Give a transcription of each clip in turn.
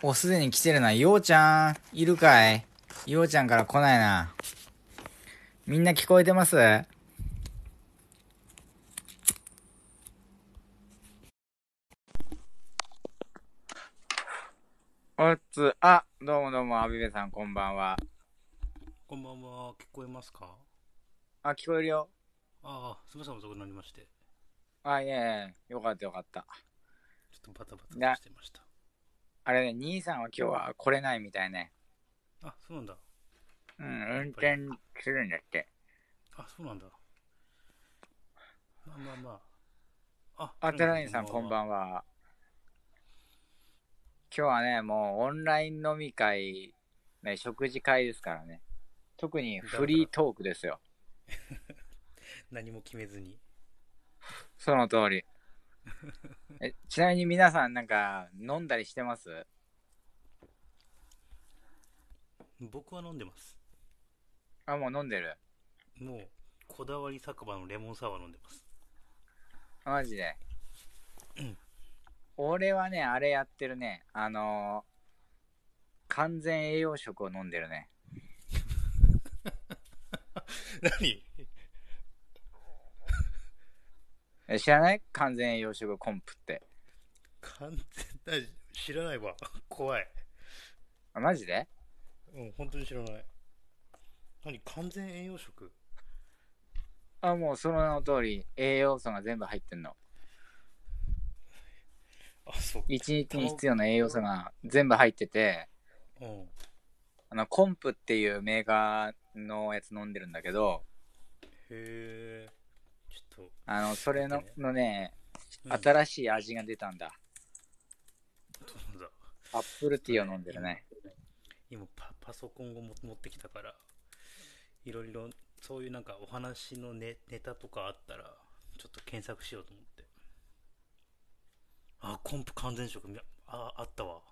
すでに来てるな。ようちゃん、いるかい？ようちゃんから来ないな。みんな聞こえてます？どうもどうも、アビベさん、こんばんは。 こんばんは、聞こえますか？ 聞こえるよ。 すみません、遅くなりまして。 いやいや、よかったよかった。 ちょっとバタバタとな、 してました。 あれね、兄さんは今日は来れないみたいね。 そうなんだ。 うん、運やっぱり。 転するんだって。 そうなんだ。まあまあまあ。トラニーさん、 寺西さん、こんこんばんは。 ばんは。今日はね、もうオンライン飲み会、ね、食事会ですからね。特にだらだらと。 フリートークですよ。 何も決めずに。 その通り。ちなみに皆さんなんか飲んだりしてます？ 僕は飲んでます。 もう飲んでる。 もう、こだわり酒場のレモンサワー飲んでます。 マジで。 うん。 俺はね、あれやってるね。完全栄養食を飲んでるね。 何？ 知らない？完全栄養食コンプって。 完全な、知らないわ。怖い。 マジで？ うん、本当に知らない。完全栄養食？ もうその名の通り、栄養素が全部入ってんの。 そう。 一日に卵、 必要な栄養素が全部入ってて、 うん。 コンプっていうメーカーのやつ飲んでるんだけど、 へえ。ちょっと、 それの、 待ってね。 のね、 うん。 新しい味が出たんだ。 どうなんだ。 アップルティーを飲ちょっとね、今、 んでるね。 今パソコンを持ってきたから、いろいろそういうお話のネタとかあったらちょっと検索しようと思って。コンプ完全食あったわ。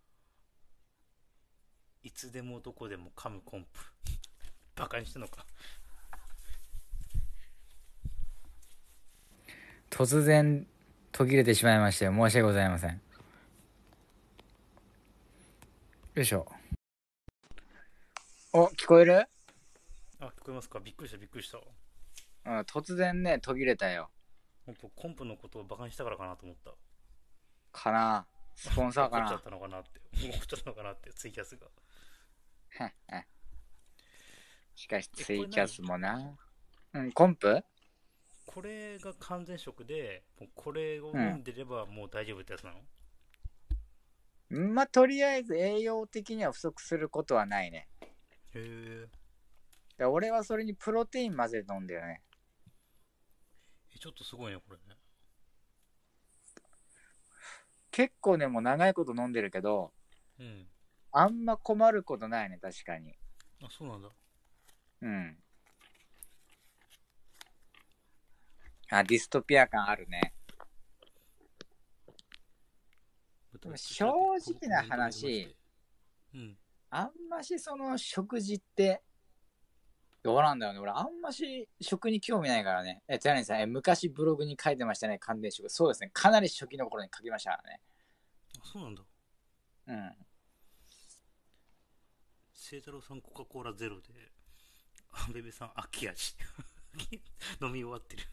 いつでもどこでも噛むコンプ。バカにしてんのか？ 突然途切れてしまいまして申し訳ございません。よいしょ。聞こえる？ 聞こえますか？びっくりしたびっくりした。 突然ね、途切れたよ。 本当コンプのことをバカにしたからかなと思った。 かな？スポンサーか怒っちゃっな？ たのかなって。怒っちゃったのかなって、ツイキャスが。 しかしツこれ何？ イキャスもな。コンプ？ これが完全食で、もうこれをうん。 飲んでればもう大丈夫ってやつなの？ とりあえず栄養的には不足することはないね。 へえ。 俺はそれにプロテイン混ぜて飲んでるね。 ちょっとすごいね、これね。 結構ね、もう長いこと飲んでるけど、 うん。 あんま困ることないね、確かに。 そうなんだ。 うん。ディストピア感あるね。でも正ちらっと直なコメント見てまし話、 て。うん。 あんましその食事って、どうなんだよね。俺、あんまし食に興味ないからね。テラニさん、昔ブログに書いてましたね、関連食。そうですね。かなり初期の頃に書きましたからね。 そうなんだ。 うん。 清太郎さんコカ・コーラゼロで、ベベさん秋味。飲み終わってる。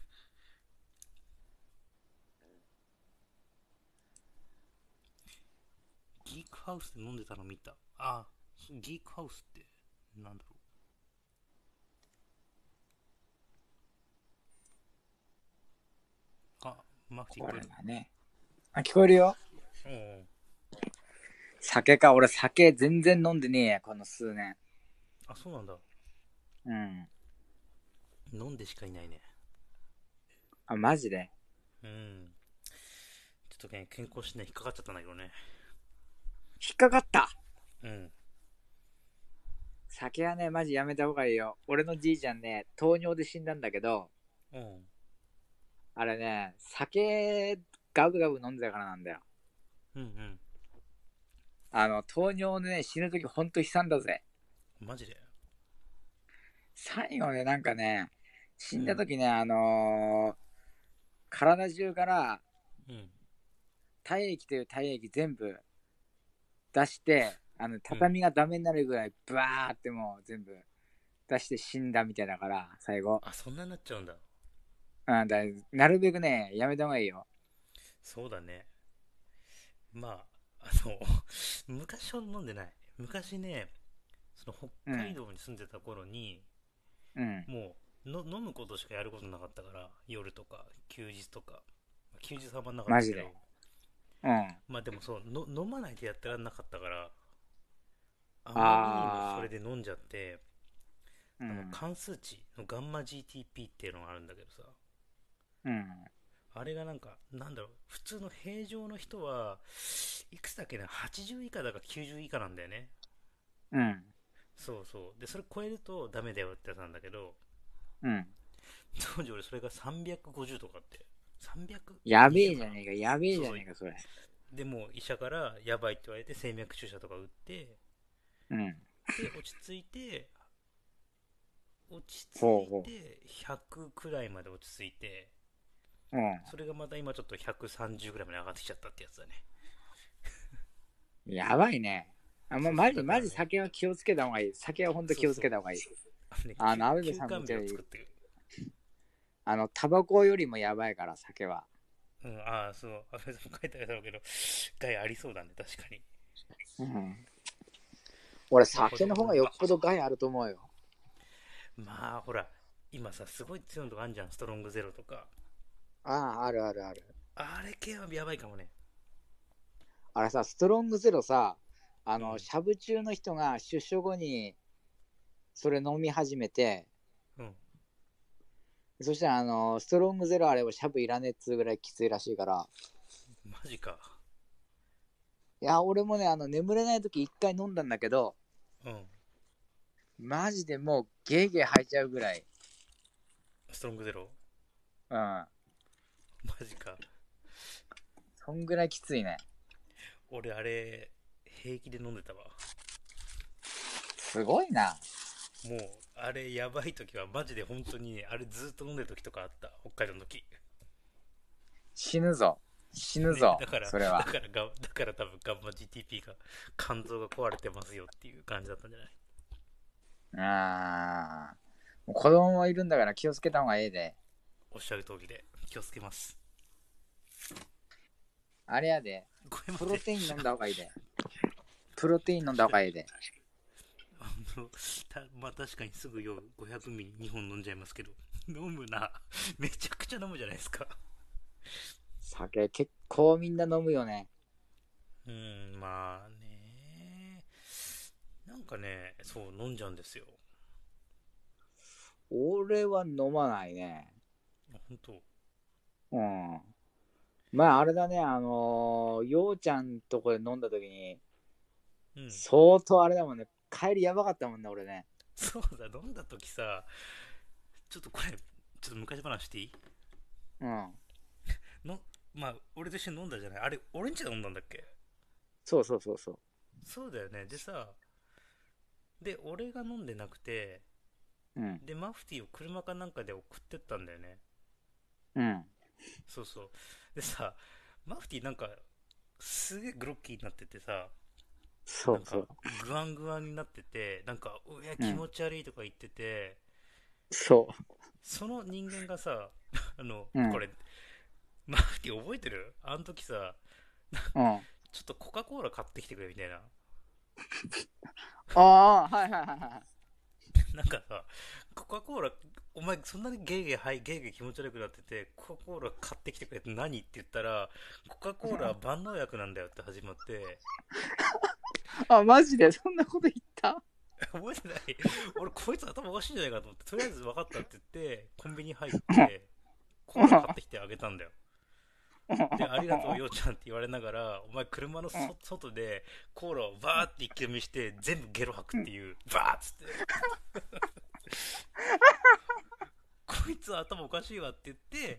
ギークハウスで飲んでたの見た。ギークハウスってなんだろう。マフティー聞ここえる？ れがね。聞こえるよ。 おお。 酒か。俺、酒全然飲んでねえや、この数年。 そうなんだ。 うん。 飲んでしかいないね。 マジで。 うん。ちょっとね、健康診断引っかかっちゃったんだけどね。 引っかかった。 うん。 酒はね、マジやめた方がいいよ。俺のじいちゃんね、糖尿で死んだんだけど、 うん。 あれね、酒ガブガブ飲んでたからなんだよ。 うん。 糖尿でね、死ぬときほんと悲惨だぜ。 マジで？ 最後ね、なんかね、死うん。 んだときね、体中からうん。 体液という体液全部出して、 うん。 畳がダメになるぐらい、ブワーってもう全部出して死んだみたいだから、最後。 あ、そんなになっちゃうんだ。 うん、なるべくね、やめた方がいいよ。 そうだね。まあ、昔ほど飲んでない。昔ね、そのうん、 北海道に住んでた頃に、 うん、 もう飲むことしかやることなかったから、夜とか休日とか。休日はあんまなかっマジで。 たけど、 うん。 まあでもそうの、飲まないとやってらんなかったから、あまりにもそれあで飲んじゃって、 ー、うん、 関数値のガンマ GTP っていうのがあるんだけどさ、 うん、 あれがなんか、なんだろう、普通の平常の人は、いくつだっけな、80以下だか90以下なんだよね。 うん、 そうそう。で、それ超えるとダメだよってやつなんだけど、 うん。 当時俺それが350とかって、 やべ 320 かな。 えじゃねえか、やべえそうそう。 じゃねえか、それ。 でも医者からやばいって言われて静脈注射とか打って、 うん。 で、落ち着いほうほて、100くらいまで落ち着いて、 う。うそれがまた今ちょっと130ぐらいまで上がってきちゃったってやつだね。 ん。やばいね。 そうそう、 マジ、 だからね、 マジ酒は気をつけた方がいい。酒はほんと気をつそうそう。 けた方がいい。 ね、 アベベ休肝さんも言ったように、 日を作ってる。 タバコよりもやばいから、酒は。 うん、ああ、そう、あれも書いてあるだろうけど、害ありそうだね、確かに。 うん。俺、 なるほど。 酒の方がよっぽど害あると思うよ。 まあ、ほら、今さ、すごい強いのとかあんじゃん、ストロングゼロとか。 ああ、あるあるある。 あれ系はやばいかもね。 あれさ、ストロングゼロさ、 うん、 しゃぶ中の人が出所後にそれ飲み始めて、 うん。 そしたら、ストロングゼロあればしゃぶいらねえっつうぐらいきついらしいから、 マジか。 いや、俺もね、眠れない時一回飲んだんだけど、 うん。 マジでもうゲーゲー吐いちゃうぐらい。 ストロングゼロ。 うん。 マジか。 そんぐらいきついね。 俺、あれ、平気で飲んでたわ。 すごいな。 もう、あれ、やばい時は、マジで本当にね、あれずっと飲んでる時とかあった。北海道の時。 死ぬぞ。死ぬね、 ぞ。それは。 だから多分ガンマ GTP が、肝臓が壊れてますよっていう感じだったんじゃない？ あもう子供もいるんだから気をつけた方がええで。 おっしゃる通りで、気をつけます。 あれやで。 これまで、 プロテイン飲んだ方がいいで。プロテイン飲んだ方がいいで。 あまあ確かにすぐ酔う500ミリ2本飲んじゃいますけど、飲むな。めちゃくちゃ飲むじゃないですか。 酒結構みんな飲むよね。 まあね。なんかね、そう、飲んじゃうんですよ。 俺は飲まないね。 本当。 うん。まああれだね、ようちゃんとこで飲んだ時に、 うん。 相当あれだもんね。帰りやばかったもんね、俺ね。 そうだ、飲んだ時さ、ちょっとこれ、ちょっと昔話していいうん。 の、まあ、俺と一緒に飲んだじゃない。あれ、俺んちで飲んだんだっけ？ そうそうそうそう。 そうだよね。でさ、で、俺が飲んでなくて、 うん。 で、マフティーを車かなんかで送ってったんだよね。 うん。 そうそう。でさ、マフティーなんか、すげえグロッキーになっててさ、なんか、 そうそう。 グワングワンになってて、なんか、うや、 うん。 気持ち悪いとか言ってて、 そその人間がさ、 う。うん。 これ、マフティー覚えてる？あの時さ、 うん。あちょっとコカ・コーラ買ってきてくれみたいな。 あ、はいはいはいはい。 なんかさ、コカ・コーラ、お前そんなにゲーゲー気持ち悪くなってて、コカ・コーラ買ってきてくれって何って言ったら、コカ・コーラは万能薬なんだよって始まって、 あ、マジでそんなこと言った？ 覚えてない？俺こいつ頭おかしいんじゃないかと思って、とりあえず分かったって言って、コンビニ入って、コーラ買ってきてあげたんだよ。で、ありがとうようちゃんって言われながら、お前車の外でコーラをバーって一気飲みして、全部ゲロ吐くっていう、バーっつって、こいつは頭おかしいわって言って、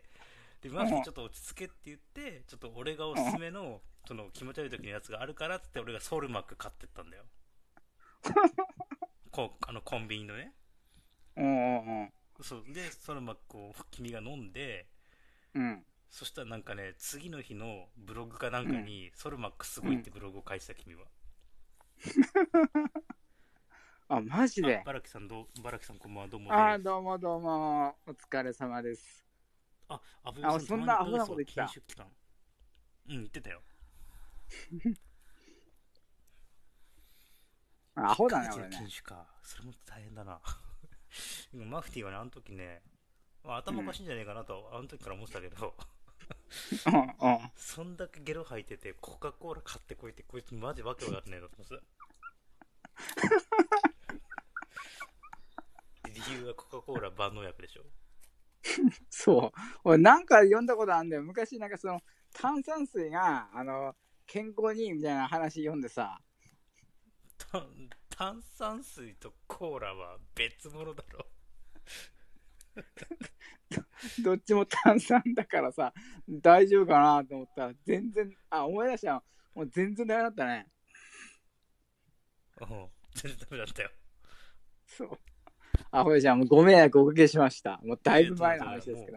で、マフティーちょっと落ち着けって言って、ちょっと俺がおすすめの、その気持ち悪い時のやつがあるからってって俺がソウルマック買ってったんだよ。コンビニのね。 うんうんうん。 そう。で、ソウルマックを君が飲んで、 うん。 そしたらなんかね、次の日のブログかなんうん。 かに、ソルマックすうん。 ごいってブログを書いてた君は。 あ、マジで。 バラキさんこんばんは、どうもです。 あ、どうもどうも。お疲れ様です。 あ、アブヨさん、 そんなアホなこと言ってた。 研修期間。うん、言ってたよ。 アホだね、 1ヶ俺ね。 月で研修か。それも大変だな。マフティーはね、あの時ね、まあ、頭おかしいんじゃねえかなと、あの時から思ってたけど、そんだけゲロ吐いてて、コカ・コーラ買ってこいって、こいつマジわけわかんねえなと思ってた。理由はコカ・コーラ万能薬でしょ。 そう。俺なんか読んだことあるんだよ。昔なんかその炭酸水が健康にいいみたいな話読んでさ。 炭酸水とコーラは別物だろ。 どっちも炭酸だからさ、大丈夫かなと思ったら全然、思い出した。もう全然ダメだったね。 うん、全然ダメだったよ。 そう。アホじゃん、もうご迷惑おかけしました。もうだいぶ前の話ですけど。